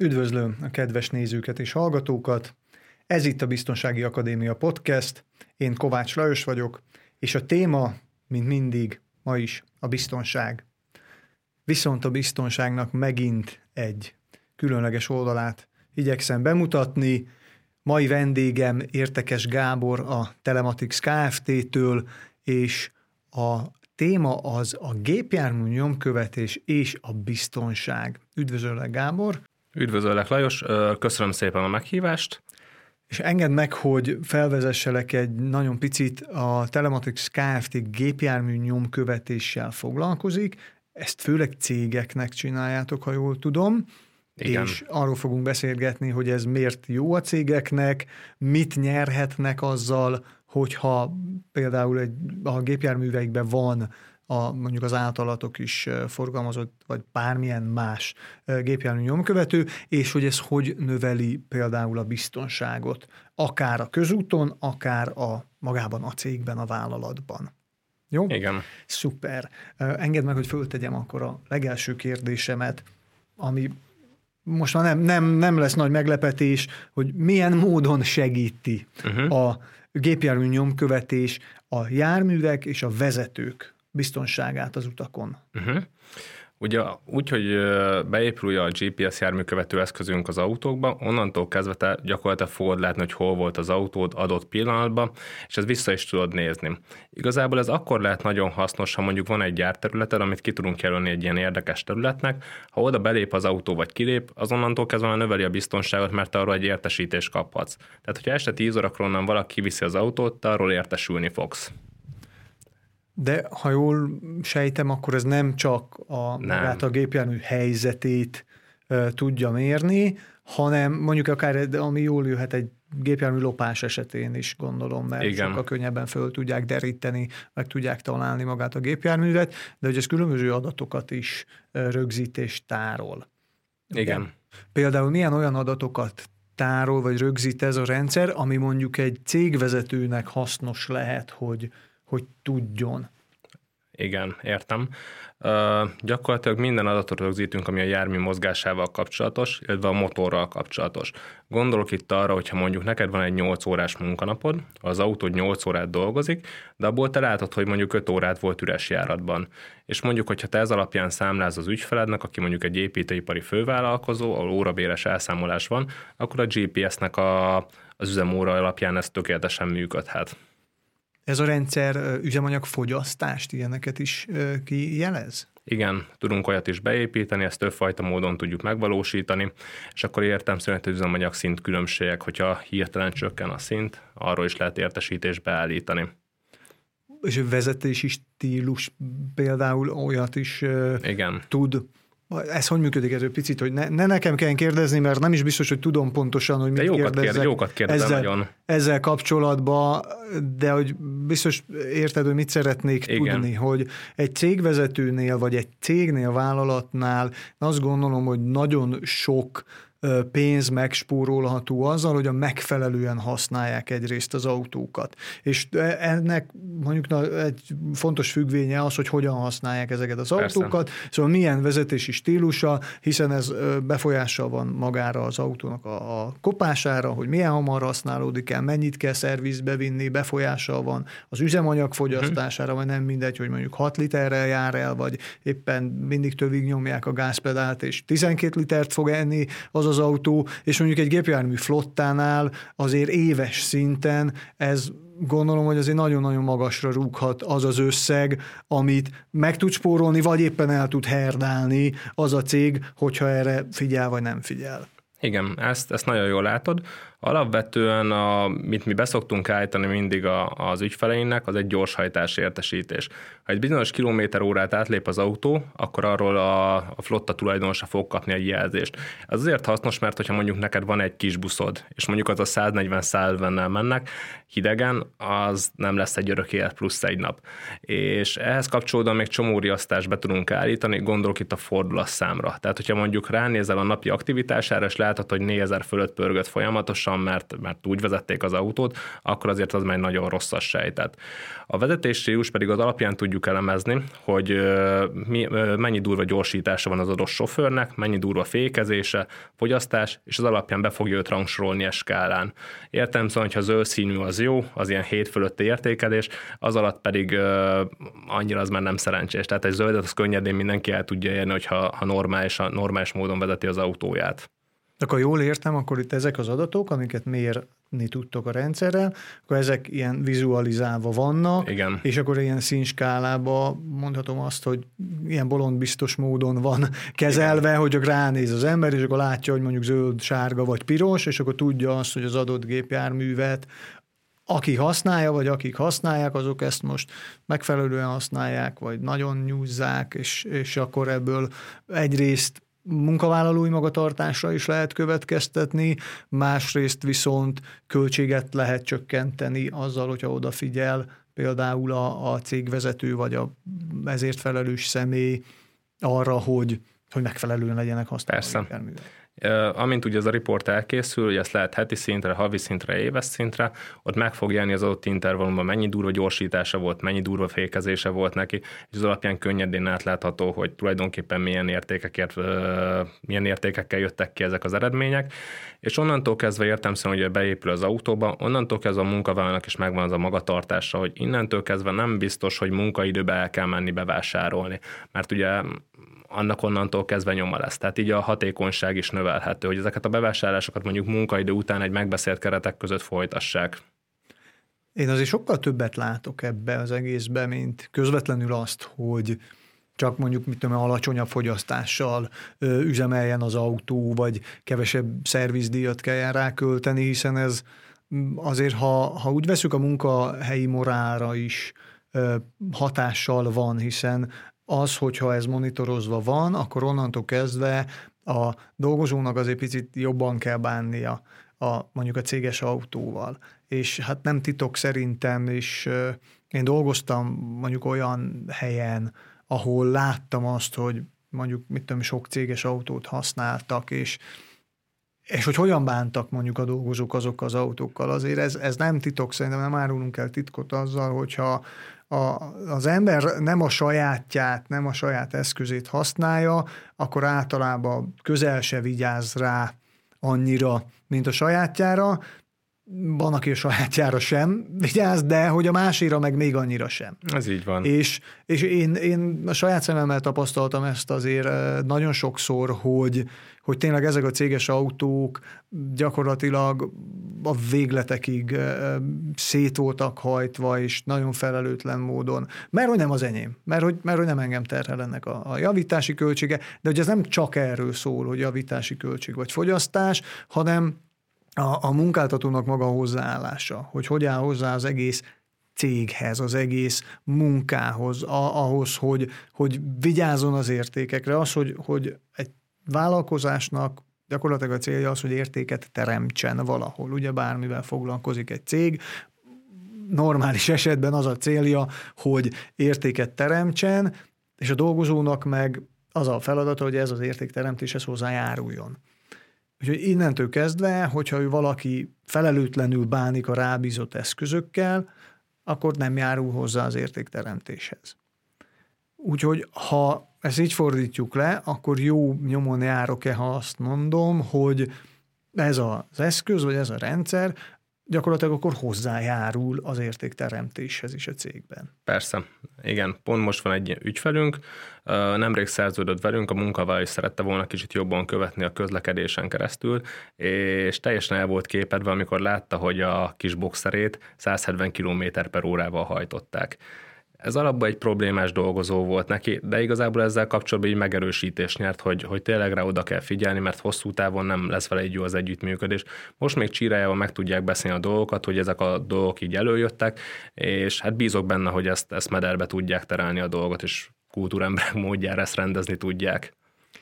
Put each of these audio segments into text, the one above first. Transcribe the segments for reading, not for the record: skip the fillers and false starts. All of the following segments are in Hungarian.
Üdvözlöm a kedves nézőket és hallgatókat! Ez itt a Biztonsági Akadémia Podcast, én Kovács Lajos vagyok, és a téma, mint mindig, ma is a biztonság. Viszont a biztonságnak megint egy különleges oldalát igyekszem bemutatni. Mai vendégem Értekes Gábor a Telematics Kft-től, és a téma az a gépjármű nyomkövetés és a biztonság. Üdvözöllek, Gábor! Üdvözöllek, Lajos, köszönöm szépen a meghívást. És engedd meg, hogy felvezesselek egy nagyon picit. A Telematics Kft. Gépjármű nyomkövetéssel foglalkozik, ezt főleg cégeknek csináljátok, ha jól tudom. Igen. És arról fogunk beszélgetni, hogy ez miért jó a cégeknek, mit nyerhetnek azzal, hogyha például a gépjárműveikben van mondjuk az általatok is forgalmazott, vagy bármilyen más gépjármű nyomkövető, és hogy ez hogy növeli például a biztonságot, akár a közúton, akár magában a cégben, a vállalatban. Jó? Igen. Szuper. Engedd meg, hogy föltegyem akkor a legelső kérdésemet, ami most már nem lesz nagy meglepetés, hogy milyen módon segíti a gépjármű nyomkövetés a járművek és a vezetők biztonságát az utakon. Ugye úgy, hogy beépül a GPS járműkövető eszközünk az autókba, onnantól kezdve te gyakorlatilag fogod látni, hogy hol volt az autód adott pillanatban, és ezt vissza is tudod nézni. Igazából ez akkor lehet nagyon hasznos, ha mondjuk van egy gyárterületed, amit ki tudunk jelölni egy ilyen érdekes területnek, ha oda belép az autó vagy kilép, azonnantól kezdve már növeli a biztonságot, mert arról egy értesítést kaphatsz. Tehát, hogyha este 10 órakor onnan valaki kiviszi az autót, te arról értesülni fogsz. De ha jól sejtem, akkor ez nem csak magát a gépjármű helyzetét tudja mérni, hanem mondjuk akár, ami jól jöhet egy gépjármű lopás esetén is, gondolom, mert igen, sokkal könnyebben föl tudják deríteni, meg tudják találni magát a gépjárművet, de hogy ez különböző adatokat is rögzít és tárol. Igen. Például milyen olyan adatokat tárol vagy rögzít ez a rendszer, ami mondjuk egy cégvezetőnek hasznos lehet, hogy tudjon. Igen, értem. Gyakorlatilag minden adatot rögzítünk, ami a jármű mozgásával kapcsolatos, illetve a motorral kapcsolatos. Gondolok itt arra, hogyha mondjuk neked van egy 8 órás munkanapod, az autód 8 órát dolgozik, de abból te látod, hogy mondjuk 5 órát volt üres járatban. És mondjuk, hogyha te ez alapján számláz az ügyfelednek, aki mondjuk egy építőipari fővállalkozó, ahol órabéres elszámolás van, akkor a GPS-nek az üzemóra alapján ez tökéletesen működhet. Ez a rendszer üzemanyagfogyasztást, ilyeneket is kijelez? Igen, tudunk olyat is beépíteni, ezt többfajta módon tudjuk megvalósítani, és akkor értelemszerűen az üzemanyag szint különbségek, hogyha hirtelen csökken a szint, arról is lehet értesítést beállítani. És a vezetési stílus például olyat is tud. Ez hogy működik erről picit, hogy ne nekem kell kérdezni, mert nem is biztos, hogy tudom pontosan, hogy mit kérdezzek. Jókat kérdezem nagyon. Ezzel kapcsolatban, de hogy biztos érted, hogy mit szeretnék tudni, hogy egy cégvezetőnél, vagy egy cégnél, vállalatnál azt gondolom, hogy nagyon sok pénz megspórolható azzal, hogy megfelelően használják egyrészt az autókat. És ennek mondjuk egy fontos függvénye az, hogy hogyan használják ezeket az autókat, szóval milyen vezetési stílusa, hiszen ez befolyással van magára az autónak a kopására, hogy milyen hamar használódik el, mennyit kell szervizbe vinni, befolyással van az üzemanyag fogyasztására, vagy nem mindegy, hogy mondjuk 6 literrel jár el, vagy éppen mindig tövig nyomják a gázpedált, és 12 litert fog enni az autó, és mondjuk egy gépjármű flottánál azért éves szinten ez gondolom, hogy azért nagyon-nagyon magasra rúghat az az összeg, amit meg tud spórolni, vagy éppen el tud herdálni az a cég, hogyha erre figyel, vagy nem figyel. Igen, ezt nagyon jól látod. Alapvetően, amit mi beszoktunk állítani mindig az ügyfeleinknek, az egy gyorshajtás értesítés. Ha egy bizonyos kilométerórát átlép az autó, akkor arról a flotta tulajdonosa fog kapni egy jelzést. Ez azért hasznos, mert hogyha mondjuk neked van egy kis buszod, és mondjuk az a 140-150-nel mennek, hidegen, az nem lesz egy örök élet plusz egy nap. És ehhez kapcsolódóan még csomó riasztást be tudunk állítani, gondolok itt a fordulatszámra. Tehát, hogyha mondjuk ránézel a napi aktivitására, és látod, hogy 4000 fölött pörgött folyamatosan, mert úgy vezették az autót, akkor azért az már egy nagyon rosszas sejtet. A vezetésstílus pedig az alapján tudjuk elemezni, hogy mennyi durva gyorsítása van az adott sofőrnek, mennyi durva fékezése, fogyasztás, és az alapján be fogja őt rangsorolni a skálán. Értelemszerűen, hogyha zöld színű az jó, az ilyen 7 fölötti értékelés, az alatt pedig annyira az már nem szerencsés. Tehát egy zöldet az könnyedén mindenki el tudja érni, hogyha normális módon vezeti az autóját. Akkor jól értem, akkor itt ezek az adatok, amiket mérni tudtok a rendszerrel, akkor ezek ilyen vizualizálva vannak, igen. És akkor ilyen színskálában mondhatom azt, hogy ilyen bolondbiztos módon van kezelve, igen. Hogy csak ránéz az ember, és akkor látja, hogy mondjuk zöld, sárga vagy piros, és akkor tudja azt, hogy az adott gépjárművet aki használja, vagy akik használják, azok ezt most megfelelően használják, vagy nagyon nyúzzák, és akkor ebből egyrészt munkavállalói magatartásra is lehet következtetni, másrészt viszont költséget lehet csökkenteni azzal, hogyha odafigyel például a cégvezető vagy a ezért felelős személy arra, hogy megfelelően legyenek használva. Persze. Amint ugye ez a riport elkészül, ugye ezt lehet heti szintre, havi szintre, éves szintre, ott meg fog jelni az adott intervallumban, mennyi durva gyorsítása volt, mennyi durva fékezése volt neki, és az alapján könnyedén átlátható, hogy tulajdonképpen milyen értékekkel jöttek ki ezek az eredmények, és onnantól kezdve értelemszerűen, hogy beépül az autóba, onnantól kezdve a munkavállalónak is megvan az a magatartása, hogy innentől kezdve nem biztos, hogy munkaidőbe el kell menni bevásárolni, mert ugye annak onnantól kezdve nyoma lesz. Tehát így a hatékonyság is növelhető, hogy ezeket a bevásárlásokat mondjuk munkaidő után egy megbeszélt keretek között folytassák. Én azért sokkal többet látok ebbe az egészbe, mint közvetlenül azt, hogy csak mondjuk alacsonyabb fogyasztással üzemeljen az autó, vagy kevesebb szervizdíjat kelljen rákölteni, hiszen ez azért, ha úgy veszük, a munkahelyi morálra is hatással van, hiszen az, hogyha ez monitorozva van, akkor onnantól kezdve a dolgozónak azért picit jobban kell bánnia mondjuk a céges autóval. És hát nem titok szerintem, és én dolgoztam mondjuk olyan helyen, ahol láttam azt, hogy mondjuk sok céges autót használtak, és hogy hogyan bántak mondjuk a dolgozók azokkal az autókkal. Azért ez nem titok, szerintem nem árulunk el titkot azzal, hogyha az ember nem a sajátját, nem a saját eszközét használja, akkor általában közel se vigyáz rá annyira, mint a sajátjára. Van, aki a sajátjára sem vigyáz, de hogy a máséra meg még annyira sem. Ez így van. És én a saját szememmel tapasztaltam ezt azért nagyon sokszor, hogy tényleg ezek a céges autók gyakorlatilag a végletekig szét voltak hajtva, és nagyon felelőtlen módon. Mert hogy nem az enyém, mert hogy nem engem terhel ennek a javítási költsége, de hogy ez nem csak erről szól, hogy javítási költség vagy fogyasztás, hanem a munkáltatónak maga a hozzáállása, hogy áll hozzá az egész céghez, az egész munkához, ahhoz, hogy vigyázzon az értékekre, az, hogy egy vállalkozásnak gyakorlatilag a célja az, hogy értéket teremtsen valahol. Ugye bármivel foglalkozik egy cég, normális esetben az a célja, hogy értéket teremtsen, és a dolgozónak meg az a feladata, hogy ez az értékteremtéshez hozzájáruljon. Úgyhogy innentől kezdve, hogyha ő valaki felelőtlenül bánik a rábízott eszközökkel, akkor nem járul hozzá az értékteremtéshez. Úgyhogy ha ezt így fordítjuk le, akkor jó nyomon járok-e, ha azt mondom, hogy ez az eszköz, vagy ez a rendszer gyakorlatilag akkor hozzájárul az értékteremtéshez is a cégben. Persze, igen. Pont most van egy ügyfelünk, nemrég szerződött velünk, a munkavállaló is szerette volna kicsit jobban követni a közlekedésen keresztül, és teljesen el volt képedve, amikor látta, hogy a kis boxerét 170 km/h hajtották. Ez alapban egy problémás dolgozó volt neki, de igazából ezzel kapcsolatban így megerősítést nyert, hogy tényleg rá oda kell figyelni, mert hosszú távon nem lesz vele egy jó az együttműködés. Most még csírájával meg tudják beszélni a dolgokat, hogy ezek a dolgok így előjöttek, és hát bízok benne, hogy ezt mederbe tudják terelni a dolgot, és kultúremberek módjára ezt rendezni tudják.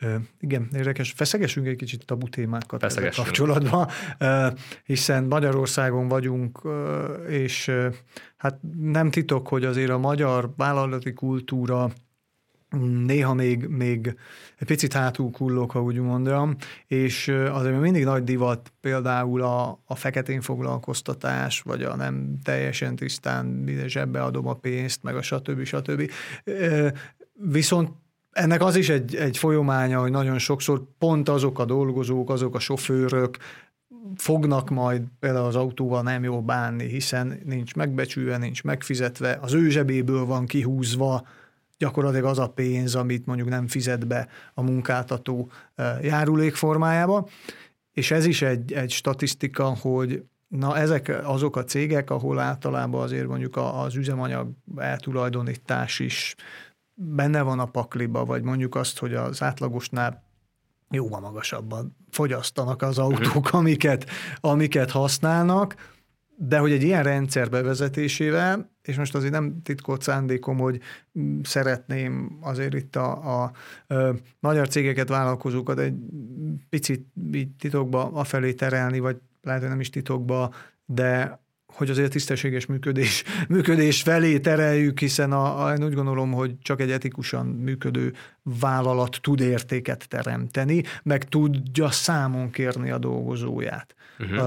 Igen, érdekes. Feszegessünk egy kicsit tabu témákat ezzel kapcsolatban, hiszen Magyarországon vagyunk, és hát nem titok, hogy azért a magyar vállalati kultúra néha még egy picit hátul kullog, ha úgy mondjam, és azért mindig nagy divat például a feketén foglalkoztatás, vagy a nem teljesen tisztán zsebbe adom a pénzt, meg a stb. Viszont ennek az is egy folyamánya, hogy nagyon sokszor pont azok a dolgozók, azok a sofőrök fognak majd például az autóval nem jól bánni, hiszen nincs megbecsülve, nincs megfizetve, az ő zsebéből van kihúzva gyakorlatilag az a pénz, amit mondjuk nem fizet be a munkáltató járulék formájába, és ez is egy statisztika, hogy ezek azok a cégek, ahol általában azért mondjuk az üzemanyag eltulajdonítás is benne van a pakliba, vagy mondjuk azt, hogy az átlagosnál jóval magasabban fogyasztanak az autók, amiket használnak, de hogy egy ilyen rendszer bevezetésével, és most azért nem titkolt szándékom, hogy szeretném azért itt a magyar cégeket, vállalkozókat egy picit titokba afelé terelni, vagy lehet, hogy nem is titokba, de hogy azért tisztességes működés felé tereljük, hiszen én úgy gondolom, hogy csak egy etikusan működő vállalat tud értéket teremteni, meg tudja számon kérni a dolgozóját.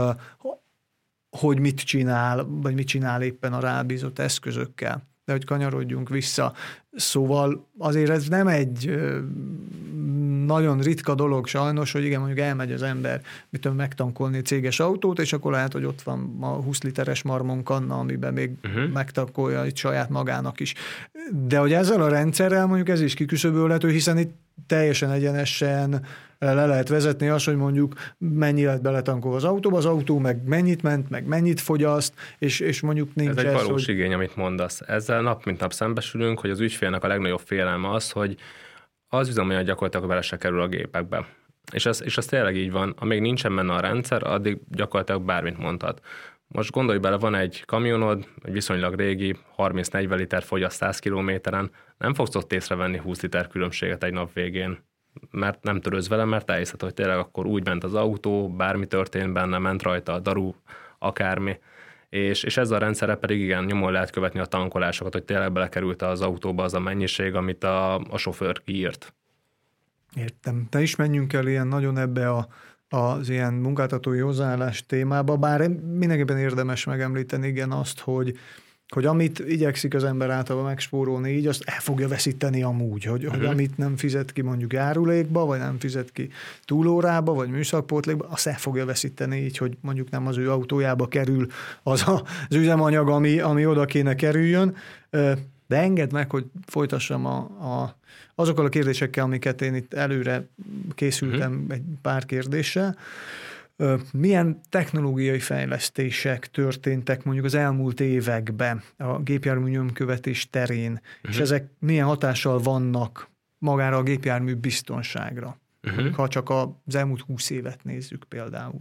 Hogy mit csinál, vagy mit csinál éppen a rábízott eszközökkel. De hogy kanyarodjunk vissza. Szóval azért ez nem egy nagyon ritka dolog sajnos, hogy igen, mondjuk elmegy az ember megtankolni céges autót, és akkor lehet, hogy ott van a 20 literes marmonkanna, amiben még megtankolja itt saját magának is. De hogy ezzel a rendszerrel mondjuk ez is kiküszöbölhető, hiszen itt teljesen egyenesen le lehet vezetni azt, hogy mondjuk mennyi lett beletankolva az autó meg mennyit ment, meg mennyit fogyaszt, és mondjuk nincs ez egy valós igény, amit mondasz. Ezzel nap mint nap szembesülünk, hogy az ügyfélnek a legnagyobb félelme az, hogy az üzemanyag gyakorlatilag bele se kerül a gépekbe. És ez tényleg így van. Amíg nincsen benne a rendszer, addig gyakorlatilag bármit mondhat. Most gondolj bele, van egy kamionod, egy viszonylag régi, 30-40 liter fogyaszt 100 kilométeren, nem fogsz ott észrevenni 20 liter különbséget egy nap végén, mert nem törődsz vele, mert elhiszed, hogy tényleg akkor úgy ment az autó, bármi történt benne, ment rajta a daru, akármi. És ezzel a rendszerre pedig igen, nyomon lehet követni a tankolásokat, hogy tényleg belekerült az autóba az a mennyiség, amit a sofőr kiírt. Értem. De is menjünk el ilyen nagyon ebbe az ilyen munkáltatói hozzáállás témába, bár mindenképpen érdemes megemlíteni igen azt, hogy amit igyekszik az ember általában megspórolni így, azt el fogja veszíteni amúgy, hogy amit nem fizet ki mondjuk járulékba, vagy nem fizet ki túlórába, vagy műszakpótlékba, azt el fogja veszíteni így, hogy mondjuk nem az ő autójába kerül az üzemanyag, ami oda kéne kerüljön. De engedd meg, hogy folytassam azokkal a kérdésekkel, amiket én itt előre készültem egy pár kérdéssel. Milyen technológiai fejlesztések történtek mondjuk az elmúlt években a gépjármű nyomkövetés terén, és ezek milyen hatással vannak magára a gépjármű biztonságra, ha csak az elmúlt 20 évet nézzük például?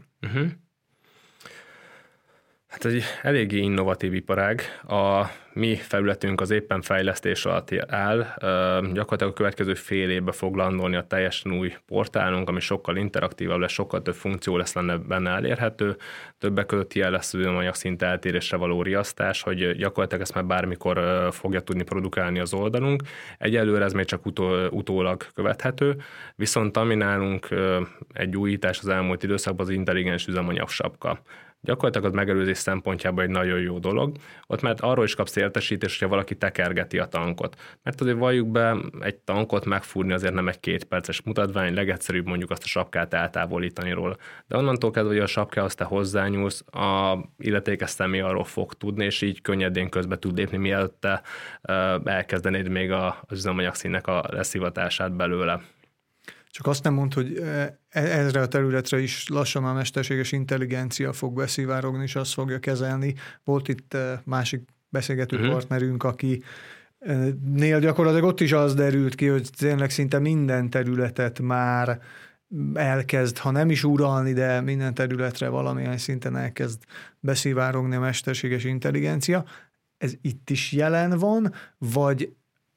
Hát egy eléggé innovatív iparág. A mi felületünk az éppen fejlesztés alatt áll. Gyakorlatilag a következő fél évben fog landolni a teljesen új portálunk, ami sokkal interaktívabb lesz, sokkal több funkció lesz benne elérhető. Többek között ilyen lesz az üzemanyag szint eltérésre való riasztás, hogy gyakorlatilag ezt már bármikor fogja tudni produkálni az oldalunk. Egyelőre ez még csak utólag követhető, viszont ami nálunk egy újítás az elmúlt időszakban az intelligens üzemanyag sapka. Gyakorlatilag az megelőzés szempontjából egy nagyon jó dolog. Ott mert arról is kapsz értesítést, hogyha valaki tekergeti a tankot. Mert azért valljuk be, egy tankot megfúrni azért nem egy 2 perces mutatvány, legegyszerűbb mondjuk azt a sapkát eltávolítani róla. De onnantól kezdve, hogy a sapkához te hozzányúlsz, a illetékes személy arról fog tudni, és így könnyedén közbe tud lépni, mielőtt te elkezdenéd még az üzemanyagszínnek a leszivatását belőle. Csak azt nem mondd, hogy ezre a területre is lassan a mesterséges intelligencia fog beszivárogni, és azt fogja kezelni. Volt itt másik beszélgető partnerünk, akinél gyakorlatilag ott is az derült ki, hogy tényleg szinte minden területet már elkezd, ha nem is uralni, de minden területre valamilyen szinten elkezd beszivárogni a mesterséges intelligencia. Ez itt is jelen van, vagy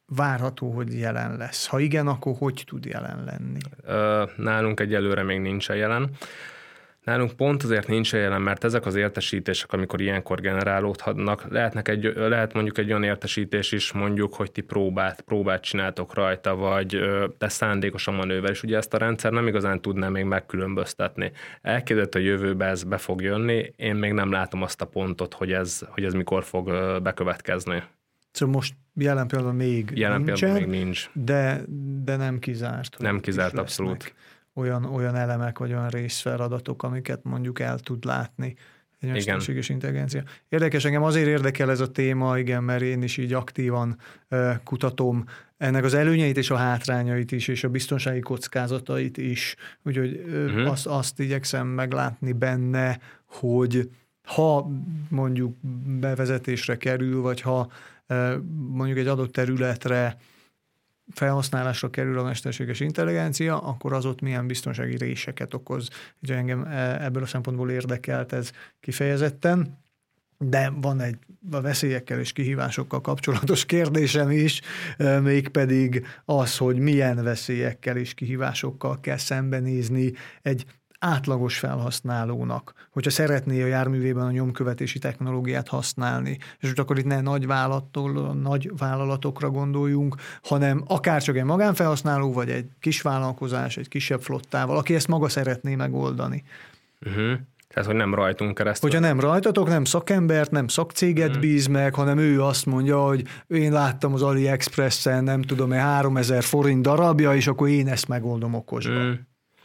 várható, hogy jelen lesz? Ha igen, akkor hogy tud jelen lenni? Nálunk egyelőre még nincsen jelen. Nálunk pont azért nincs jelen, mert ezek az értesítések, amikor ilyenkor generálódhatnak, lehet mondjuk egy olyan értesítés is, mondjuk, hogy ti próbát csináltok rajta, vagy te szándékosan manőver, és ugye ezt a rendszer nem igazán tudná még megkülönböztetni. Elképzelhető, hogy a jövőben ez be fog jönni, én még nem látom azt a pontot, hogy ez mikor fog bekövetkezni. Szóval most jelen pillanatban még nincs. De nem kizárt. Nem kizárt, abszolút. Olyan elemek, vagy olyan részfeladatok, amiket mondjuk el tud látni egy mesterséges intelligencia. Érdekes, engem azért érdekel ez a téma, igen, mert én is így aktívan kutatom ennek az előnyeit és a hátrányait is, és a biztonsági kockázatait is. Úgyhogy azt igyekszem meglátni benne, hogy ha mondjuk bevezetésre kerül, vagy ha mondjuk egy adott területre felhasználásra kerül a mesterséges intelligencia, akkor az ott milyen biztonsági réseket okoz. Úgyhogy engem ebből a szempontból érdekelt ez kifejezetten, de van egy a veszélyekkel és kihívásokkal kapcsolatos kérdésem is, mégpedig az, hogy milyen veszélyekkel és kihívásokkal kell szembenézni egy átlagos felhasználónak, hogyha szeretné a járművében a nyomkövetési technológiát használni, és akkor itt ne nagy vállalatokra gondoljunk, hanem akár csak egy magánfelhasználó, vagy egy kis vállalkozás, egy kisebb flottával, aki ezt maga szeretné megoldani. Tehát, hogy nem rajtunk keresztül. Hogyha nem rajtatok, nem szakembert, nem szakcéget bíz meg, hanem ő azt mondja, hogy én láttam az AliExpressen, nem tudom, 3000 forint darabja, és akkor én ezt megoldom okosban.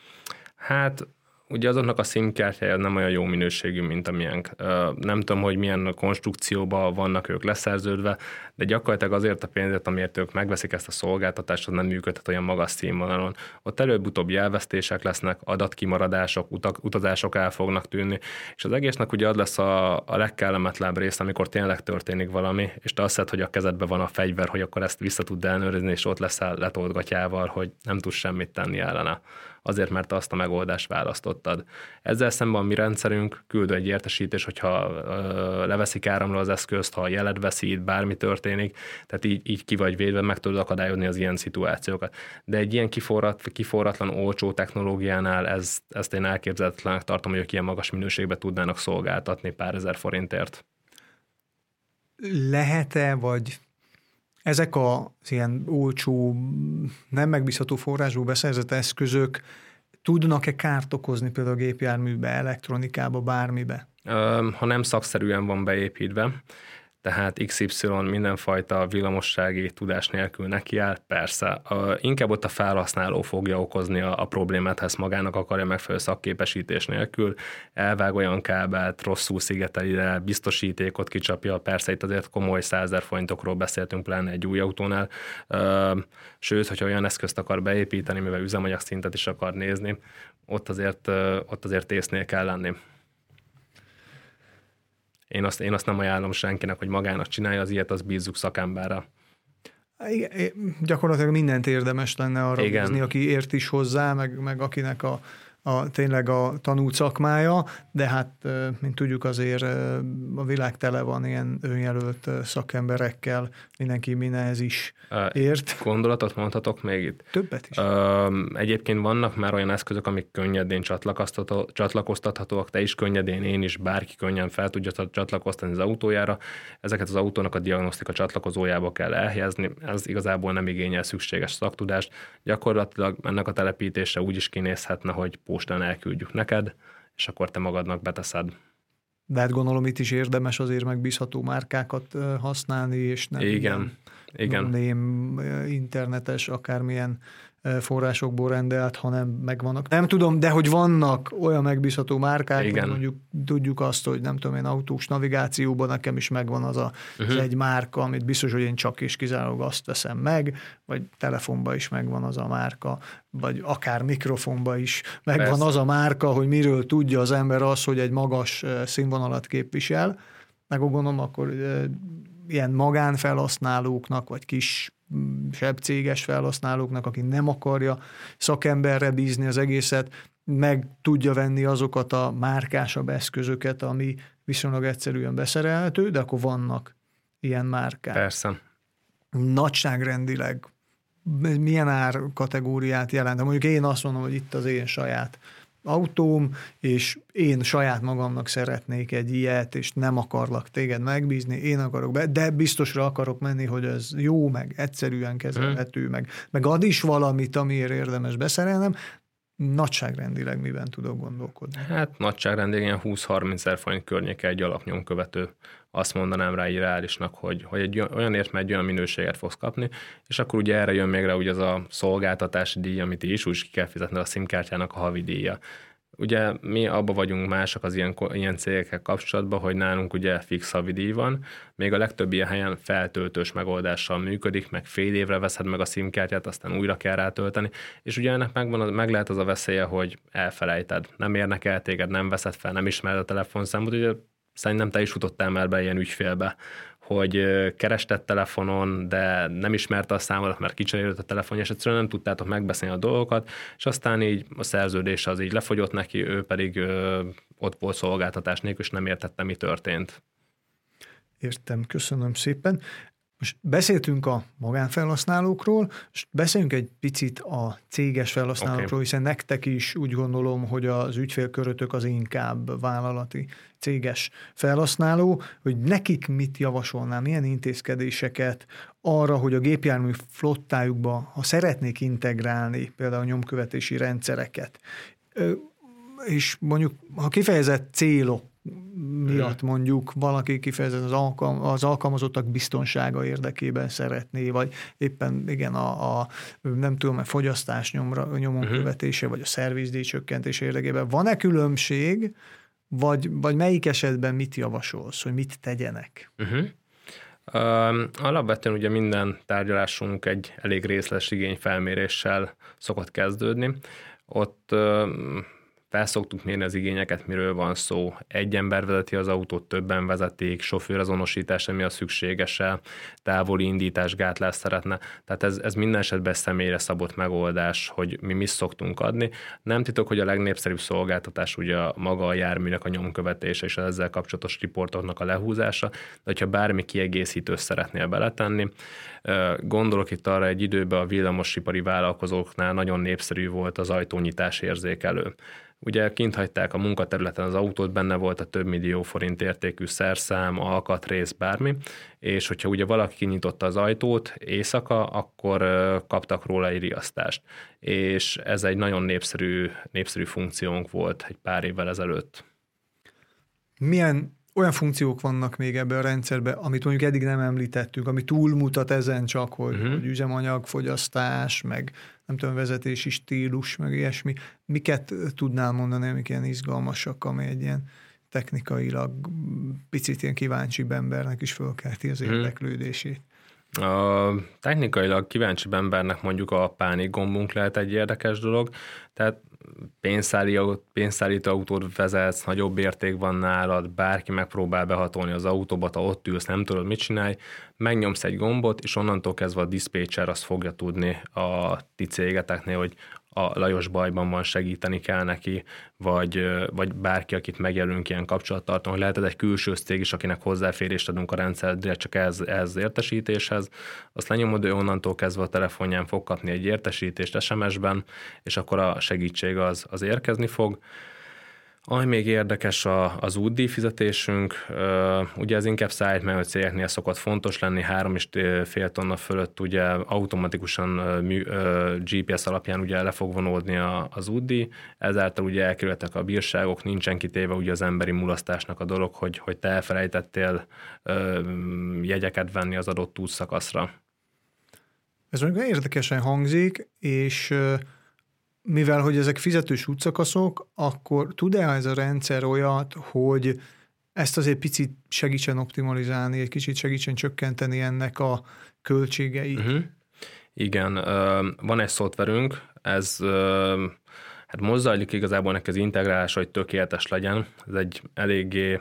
Hát ugye azoknak a SIM-kártyája nem olyan jó minőségű, mint amilyenk. Nem tudom, hogy milyen konstrukcióban vannak ők leszerződve, de gyakorlatilag azért a pénzért, amiért ők megveszik ezt a szolgáltatást, az nem működhet olyan magas színvonalon. Ott előbb-utóbb elvesztések lesznek, adatkimaradások, utazások el fognak tűnni, és az egésznek ugye az lesz a legkellemetlenebb rész, amikor tényleg történik valami, és te azt hiszed, hogy a kezedben van a fegyver, hogy akkor ezt vissza tud ellenőrizni, és ott leszel letoltgatyával, hogy nem tudsz semmit tenni ellene. Azért, mert azt a megoldást választottad. Ezzel szemben a mi rendszerünk küld egy értesítés, hogyha leveszik áramról az eszközt, ha a jeled veszít, bármi történik, tehát így ki vagy védve, meg tudod akadályozni az ilyen szituációkat. De egy ilyen kiforratlan, olcsó technológiánál ezt én elképzelhetetlenek tartom, hogy ők ilyen magas minőségben tudnának szolgáltatni pár ezer forintért. Lehet-e, vagy ezek az ilyen olcsó, nem megbízható forrásból beszerzett eszközök tudnak-e kárt okozni például a gépjárműbe, elektronikába, bármibe? Ha nem szakszerűen van beépítve, tehát XY mindenfajta villamossági tudás nélkül nekiáll, persze. Inkább ott a felhasználó fogja okozni a problémát, ha ezt magának akarja megfelelő szakképesítés nélkül. Elvág olyan kábelt, rosszul szigeteli le, biztosítékot kicsapja, persze itt azért komoly 100 000 forintokról beszéltünk, pláne egy új autónál. Sőt, hogyha olyan eszközt akar beépíteni, mivel üzemanyag szintet is akar nézni, ott azért észnél kell lenni. Én azt nem ajánlom senkinek, hogy magának csinálja az ilyet, az bízzuk szakemberre. Igen, gyakorlatilag mindent érdemes lenne arra bízni, aki ért is hozzá, meg akinek tényleg a tanult szakmája, de hát, mint tudjuk, azért a világ tele van ilyen önjelölt szakemberekkel, mindenki mindenhez is ért. Gondolatot mondhatok még itt? Többet is. Egyébként vannak már olyan eszközök, amik könnyedén csatlakoztathatóak, te is könnyedén, én is, bárki könnyen fel tudja csatlakoztatni az autójára. Ezeket az autónak a diagnosztika csatlakozójába kell elhelyezni, ez igazából nem igényel szükséges szaktudást. Gyakorlatilag ennek a telepítése úgy is kinézhetne, hogy postán elküldjük neked, és akkor te magadnak beteszed. De hát gondolom itt is érdemes azért megbízható márkákat használni, és nem igen. Internetes, akármilyen forrásokból rendelt, hanem megvannak. Nem tudom, de hogy vannak olyan megbízható márkák, hogy mondjuk tudjuk azt, hogy nem tudom én, autós navigációban nekem is megvan az egy márka, amit biztos, hogy én csak és kizárólag azt veszem meg, vagy telefonban is megvan az a márka, vagy akár mikrofonban is megvan az a márka, hogy miről tudja az ember az, hogy egy magas színvonalat képvisel. Meg gondolom, akkor ilyen magánfelhasználóknak, vagy kisebb céges felhasználóknak, aki nem akarja szakemberre bízni az egészet, meg tudja venni azokat a márkásabb eszközöket, ami viszonylag egyszerűen beszerelhető, de akkor vannak ilyen márkák. Persze. nagyságrendileg milyen árkategóriát jelent. Mondjuk én azt mondom, hogy itt az én saját autóm, és én saját magamnak szeretnék egy ilyet, és nem akarlak téged megbízni, én akarok de biztosra akarok menni, hogy ez jó, meg egyszerűen kezelhető, meg ad is valamit, amiért érdemes beszerelnem. Nagyságrendileg miben tudok gondolkodni? Hát nagyságrendileg ilyen 20-30 ezer forint környéke egy alapnyomkövető. Azt mondanám rá reálisnak, hogy egy olyanért megy, olyan minőséget fogsz kapni, és akkor ugye erre jön még rá ugye az a szolgáltatási díj, amit is úgy ki kell fizetni a SIM-kártyának a havi díja. Ugye mi abba vagyunk mások az ilyen cégekkel kapcsolatban, hogy nálunk ugye fix havidíj van, még a legtöbb ilyen helyen feltöltős megoldással működik, meg fél évre veszed meg a SIM-kártyát, aztán újra kell rátölteni, és ugye ennek meg lehet az a veszélye, hogy elfelejted, nem érnek el téged, nem veszed fel, nem ismered a telefonszámot, ugye szerintem te is futottál már be ilyen ügyfélbe, hogy kerested telefonon, de nem ismerte a számodat, mert kicserélődött a telefonja, és egyszerűen nem tudtátok megbeszélni a dolgokat, és aztán így a szerződés az így lefogyott neki, ő pedig ott volt szolgáltatás nélkül, és nem értette, mi történt. Értem, köszönöm szépen. Most beszéltünk a magánfelhasználókról, most beszéljünk egy picit a céges felhasználókról, hiszen nektek is úgy gondolom, hogy az ügyfélkörötök az inkább vállalati céges felhasználó, hogy nekik mit javasolnál, milyen intézkedéseket arra, hogy a gépjármű flottájukba, ha szeretnék integrálni például a nyomkövetési rendszereket, és mondjuk, ha kifejezett célok miatt mondjuk valaki kifejezetten az alkalmazottak biztonsága érdekében szeretné, vagy éppen igen a nem tudom, a fogyasztás nyomon követése, vagy a szervizdíj csökkentése érdekében. Van-e különbség, vagy melyik esetben mit javasolsz, hogy mit tegyenek? Alapvetően ugye minden tárgyalásunk egy elég részletes igényfelméréssel szokott kezdődni. Ott felszoktuk mérni az igényeket, miről van szó. Egy ember vezeti az autót, többen vezetik, sofőrazonosítás, ami a szükséges-e, távoli indítás, gátlás szeretne. Tehát ez minden esetben személyre szabott megoldás, hogy mi szoktunk adni. Nem titok, hogy a legnépszerűbb szolgáltatás ugye maga a járműnek a nyomkövetése és az ezzel kapcsolatos riportoknak a lehúzása, de hogyha bármi kiegészítőt szeretnél beletenni, gondolok itt arra, egy időben a villamosipari vállalkozóknál nagyon népszerű volt az ajtónyitás érzékelő. Ugye kint hagyták a munkaterületen az autót, benne volt a több millió forint értékű szerszám, alkatrész, bármi, és hogyha ugye valaki kinyitotta az ajtót éjszaka, akkor kaptak róla egy riasztást. És ez egy nagyon népszerű funkciónk volt egy pár évvel ezelőtt. Milyen olyan funkciók vannak még ebben a rendszerben, amit mondjuk eddig nem említettünk, ami túlmutat ezen csak, hogy üzemanyagfogyasztás, meg nem tudom, vezetési stílus, meg ilyesmi. Miket tudnál mondani, amik ilyen izgalmasak, ami egy ilyen technikailag picit ilyen kíváncsibb embernek is fölkelti az érdeklődését? A technikailag kíváncsibb embernek mondjuk a pánik gombunk lehet egy érdekes dolog, tehát pénzszállító autót vezetsz, nagyobb érték van nálad, bárki megpróbál behatolni az autóba, ha ott ülsz, nem tudod, mit csinálj, megnyomsz egy gombot, és onnantól kezdve a diszpécser azt fogja tudni a ti cégeteknél, hogy a Lajos bajban van, segíteni kell neki, vagy bárki, akit megjelölünk ilyen kapcsolattartóan, lehet ez egy külső cég is, akinek hozzáférést adunk a rendszer, direkt csak ez értesítéshez. Azt lenyomod, ő onnantól kezdve a telefonján fog kapni egy értesítést SMS-ben, és akkor a segítség az érkezni fog. Ami még érdekes az útdíj fizetésünk, ugye ez inkább szállítmányos cégeknél szokott fontos lenni, 3,5 tonna fölött ugye automatikusan GPS alapján ugye le fog vonódni az útdíj, ezáltal ugye elkerültek a bírságok, nincsen kitéve ugye az emberi mulasztásnak a dolog, hogy te elfelejtettél jegyeket venni az adott útszakaszra. Ez mondjuk érdekesen hangzik, és mivel, hogy ezek fizetős útszakaszok, akkor tud-e ez a rendszer olyat, hogy ezt azért picit segítsen optimalizálni, egy kicsit segítsen csökkenteni ennek a költségeit? Igen, van egy szoftverünk, ez hát most zajlik igazából neki az integrálása, hogy tökéletes legyen. Ez egy eléggé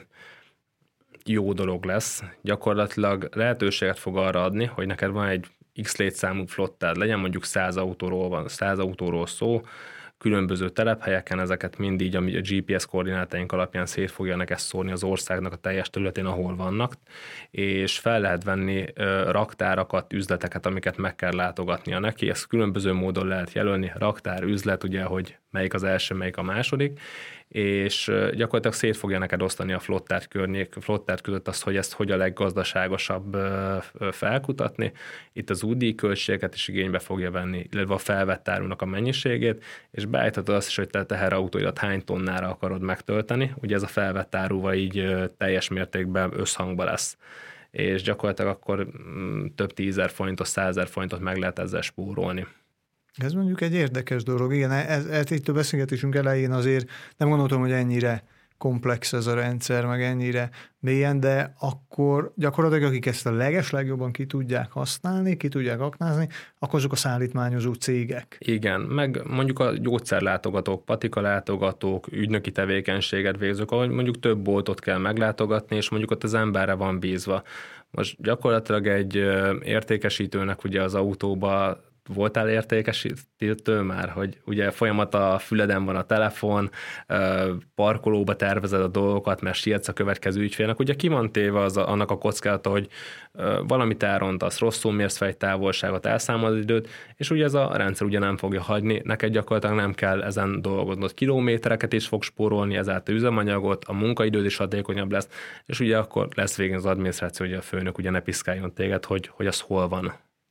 jó dolog lesz. Gyakorlatilag lehetőséget fog arra adni, hogy neked van egy X létszámú flottád, legyen mondjuk 100 autóról szó, különböző telephelyeken, ezeket mind így, ami a GPS koordinátáink alapján szét fogja neked szórni az országnak a teljes területén, ahol vannak, és fel lehet venni raktárakat, üzleteket, amiket meg kell látogatnia neki. Ezt különböző módon lehet jelölni, raktár, üzlet, ugye, hogy melyik az első, melyik a második, és gyakorlatilag szét fogja neked osztani a flottár között azt, hogy ezt hogy a leggazdaságosabb felkutatni. Itt az útdíj költségeket is igénybe fogja venni, illetve a felvett árunak a mennyiségét, és beállíthatod azt is, hogy te a teherautóidat hány tonnára akarod megtölteni. Ugye ez a felvett áruval így teljes mértékben összhangba lesz, és gyakorlatilag akkor több 10 000 forintot, 100 000 forintot meg lehet ezzel spórolni. Ez mondjuk egy érdekes dolog. Igen, itt a beszélgetésünk elején azért nem gondoltam, hogy ennyire komplex ez a rendszer, meg ennyire mélyen, de akkor gyakorlatilag akik ezt a legeslegjobban ki tudják használni, ki tudják aknázni, akkor azok a szállítmányozó cégek. Igen, meg mondjuk a gyógyszerlátogatók, patikalátogatók, ügynöki tevékenységet végzők, ahogy mondjuk több boltot kell meglátogatni, és mondjuk ott az emberre van bízva. Most gyakorlatilag egy értékesítőnek ugye az autóba voltál értékesítő már, hogy ugye folyamat a füleden van a telefon, parkolóba tervezed a dolgokat, mert sietsz a következő ügyfélnek, ugye ki van téve annak a kockázata, hogy valamit elrontasz, rosszul mérsz fejtávolságot, elszámolod időt, és ugye ez a rendszer ugye nem fogja hagyni, neked gyakorlatilag nem kell ezen dolgoznod, kilométereket is fog spórolni, ezáltal üzemanyagot, a munkaidőd is hatékonyabb lesz, és ugye akkor lesz végén az adminisztráció, hogy a főnök ugye ne piszkáljon téged, hogy az hol van.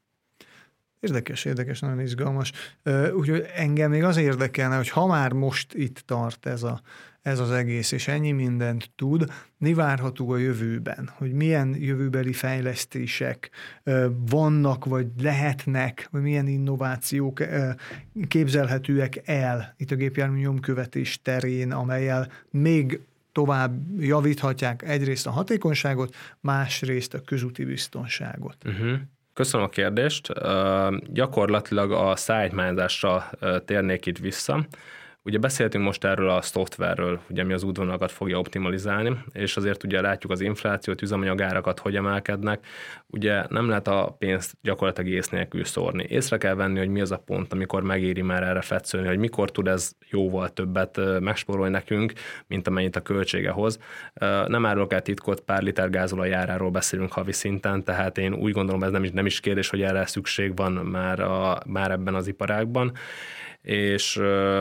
Érdekes, nagyon izgalmas. Úgyhogy engem még az érdekelne, hogy ha már most itt tart ez az egész, és ennyi mindent tud, mi várható a jövőben? Hogy milyen jövőbeli fejlesztések vannak, vagy lehetnek, vagy milyen innovációk képzelhetőek el itt a gépjármű nyomkövetés terén, amellyel még tovább javíthatják egyrészt a hatékonyságot, másrészt a közúti biztonságot. Köszönöm a kérdést. Gyakorlatilag a szállítmányozásra térnék itt vissza. Ugye beszéltünk most erről a szoftverről, ugye, ami az útvonalakat fogja optimalizálni, és azért ugye látjuk az inflációt, üzemanyagárakat, hogy emelkednek. Ugye nem lehet a pénzt gyakorlatilag ész nélkül szórni. Észre kell venni, hogy mi az a pont, amikor megéri már erre fetszölni, hogy mikor tud ez jóval többet megspórolni nekünk, mint amennyit a költsége hoz. Nem árulok el titkot, pár liter gázolaj áráról beszélünk havi szinten, tehát én úgy gondolom, ez nem is kérdés, hogy erre szükség van már ebben az iparágban. És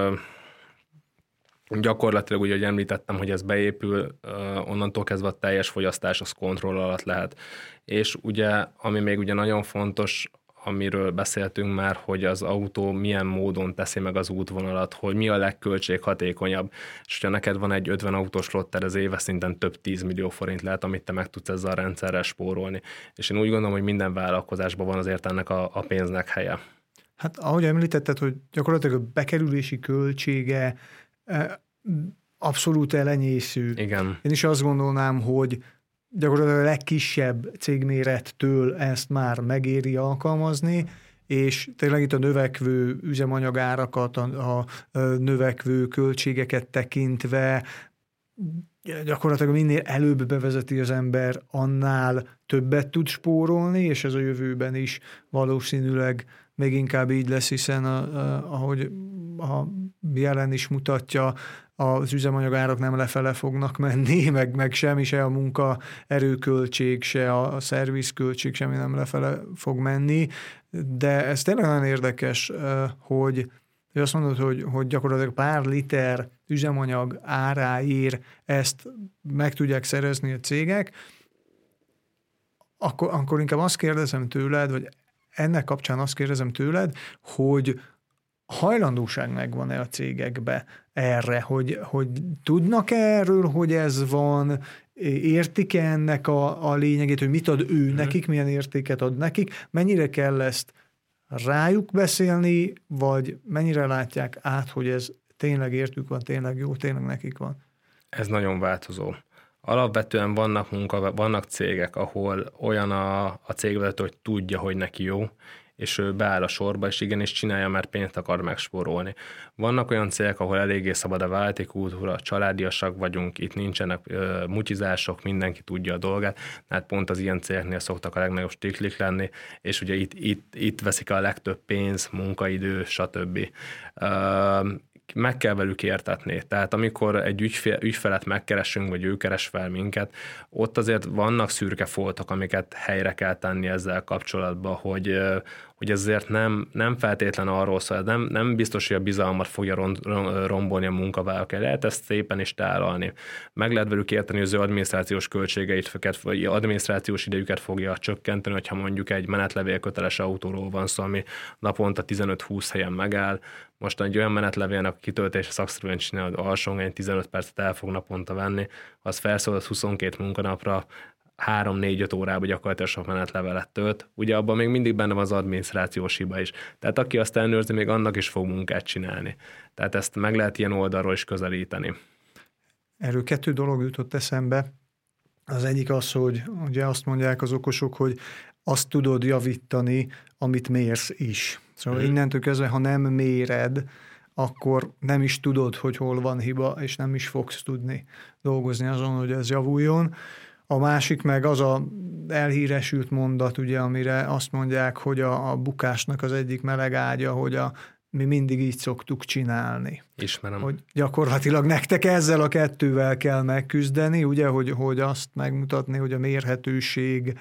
gyakorlatilag, ugye, hogy említettem, hogy ez beépül, onnantól kezdve a teljes fogyasztás az kontroll alatt lehet. És ugye, ami még ugye nagyon fontos, amiről beszéltünk már, hogy az autó milyen módon teszi meg az útvonalat, hogy mi a legköltséghatékonyabb. És hogyha neked van egy 50 autós flotter, ez éves szinten több 10 millió forint lehet, amit te meg tudsz ezzel a rendszerrel spórolni. És én úgy gondolom, hogy minden vállalkozásban van azért ennek a pénznek helye. Hát ahogy említetted, hogy gyakorlatilag a bekerülési költsége abszolút elenyésző. Igen. Én is azt gondolnám, hogy gyakorlatilag a legkisebb cégmérettől ezt már megéri alkalmazni, és tényleg itt a növekvő üzemanyagárakat, a növekvő költségeket tekintve gyakorlatilag minél előbb bevezeti az ember, annál többet tud spórolni, és ez a jövőben is valószínűleg még inkább így lesz, hiszen ahogy a jelen is mutatja, az üzemanyagárak nem lefele fognak menni, meg semmi, se a munkaerőköltség, se a szervizköltség, semmi nem lefele fog menni, de ez tényleg nagyon érdekes, hogy azt mondod, hogy gyakorlatilag pár liter üzemanyag áráért ezt meg tudják szerezni a cégek, akkor inkább azt kérdezem tőled, vagy ennek kapcsán azt kérdezem tőled, hogy hajlandóság megvan-e a cégekbe erre, hogy tudnak erről, hogy ez van, értik-e ennek a lényegét, hogy mit ad ő nekik, milyen értéket ad nekik, mennyire kell ezt rájuk beszélni, vagy mennyire látják át, hogy ez tényleg értük van, tényleg jó, tényleg nekik van? Ez nagyon változó. Alapvetően vannak cégek, ahol olyan a cégvezető, hogy tudja, hogy neki jó, és ő beáll a sorba, és igenis csinálja, mert pénzt akar megspórolni. Vannak olyan cégek, ahol eléggé szabad a vállalati kultúra, családiasak vagyunk, itt nincsenek mutyizások, mindenki tudja a dolgát, hát pont az ilyen cégeknél szoktak a legnagyobb stiklik lenni, és ugye itt veszik a legtöbb pénz, munkaidő, stb. meg kell velük értetni. Tehát amikor egy ügyfelet megkeresünk, vagy ő keres fel minket, ott azért vannak szürke foltok, amiket helyre kell tenni ezzel kapcsolatban, hogy ezért nem feltétlen arról szól, nem biztos, hogy a bizalmat fogja rombolni a munkavállalók. Lehet ezt szépen is tálalni. Meg lehet velük érteni, hogy az ő adminisztrációs költségeit, vagy adminisztrációs idejüket fogja csökkenteni, hogyha mondjuk egy menetlevél köteles autóról van szó, ami naponta 15-20 helyen megáll. Most egy olyan menetlevélnek a kitöltése szakszerűen csinálod, alsóngány 15 percet el fog naponta venni, az felszólalt 22 munkanapra, 3-4-5 órába gyakorlatilag sok menetlevelet tölt. Ugye abban még mindig benne van az adminisztrációs hiba is. Tehát aki azt ellenőrzi, még annak is fog munkát csinálni. Tehát ezt meg lehet ilyen oldalról is közelíteni. Erről 2 dolog jutott eszembe. Az egyik az, hogy ugye azt mondják az okosok, hogy azt tudod javítani, amit mérsz is. Szóval innentől kezdve, ha nem méred, akkor nem is tudod, hogy hol van hiba, és nem is fogsz tudni dolgozni azon, hogy ez javuljon. A másik meg az a elhíresült mondat, ugye, amire azt mondják, hogy a bukásnak az egyik meleg ágya, hogy mi mindig így szoktuk csinálni. Ismerem. Hogy gyakorlatilag nektek ezzel a 2-vel kell megküzdeni, ugye, hogy azt megmutatni, hogy a mérhetőség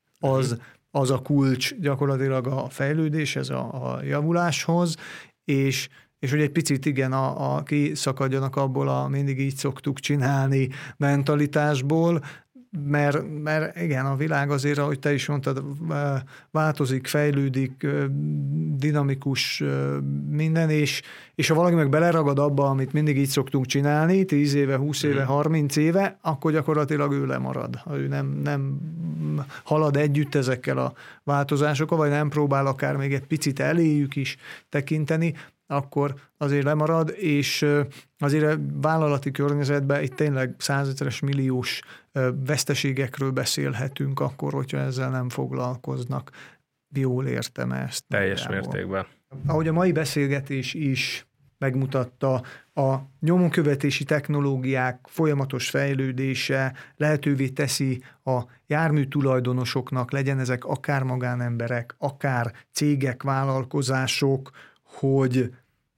az a kulcs gyakorlatilag a fejlődéshez, a javuláshoz, és hogy egy picit igen, kiszakadjanak abból a mindig így szoktuk csinálni mentalitásból, mert igen, a világ azért, ahogy te is mondtad, változik, fejlődik, dinamikus minden, és ha valaki meg beleragad abba, amit mindig így szoktunk csinálni, 10 éve, 20 éve, 30 éve, akkor gyakorlatilag ő lemarad. Ő nem halad együtt ezekkel a változásokkal, vagy nem próbál akár még egy picit eléjük is tekinteni, akkor azért lemarad, és azért vállalati környezetben itt tényleg 100 000-es milliós veszteségekről beszélhetünk akkor, hogyha ezzel nem foglalkoznak. Jól értem ezt. Teljes mértékben. Ahogy a mai beszélgetés is megmutatta, a nyomonkövetési technológiák folyamatos fejlődése lehetővé teszi a jármű tulajdonosoknak, legyen ezek akár magánemberek, akár cégek, vállalkozások, hogy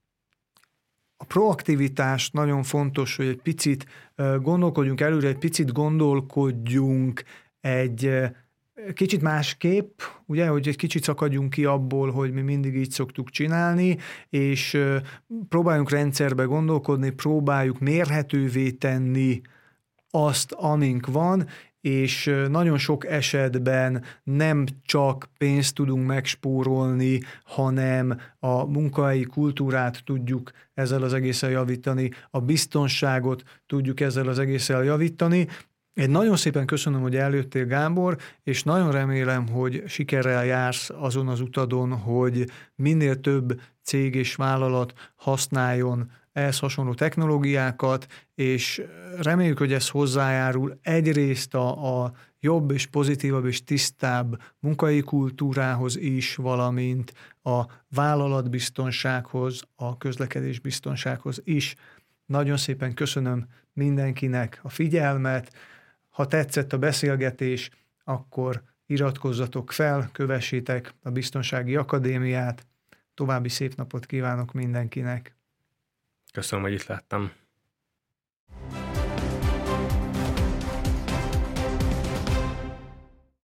a proaktivitás nagyon fontos, hogy egy picit gondolkodjunk előre, egy picit gondolkodjunk egy kicsit másképp, ugye, hogy egy kicsit szakadjunk ki abból, hogy mi mindig így szoktuk csinálni, és próbáljunk rendszerbe gondolkodni, próbáljuk mérhetővé tenni azt, amink van, és nagyon sok esetben nem csak pénzt tudunk megspórolni, hanem a munkahelyi kultúrát tudjuk ezzel az egésszel javítani, a biztonságot tudjuk ezzel az egésszel javítani. Én nagyon szépen köszönöm, hogy eljöttél, Gábor, és nagyon remélem, hogy sikerrel jársz azon az utadon, hogy minél több cég és vállalat használjon ehhez hasonló technológiákat, és reméljük, hogy ez hozzájárul egyrészt a jobb és pozitívabb és tisztább munkai kultúrához is, valamint a vállalatbiztonsághoz, a közlekedésbiztonsághoz is. Nagyon szépen köszönöm mindenkinek a figyelmet. Ha tetszett a beszélgetés, akkor iratkozzatok fel, kövessétek a Biztonsági Akadémiát. További szép napot kívánok mindenkinek! Köszönöm, hogy itt láttam.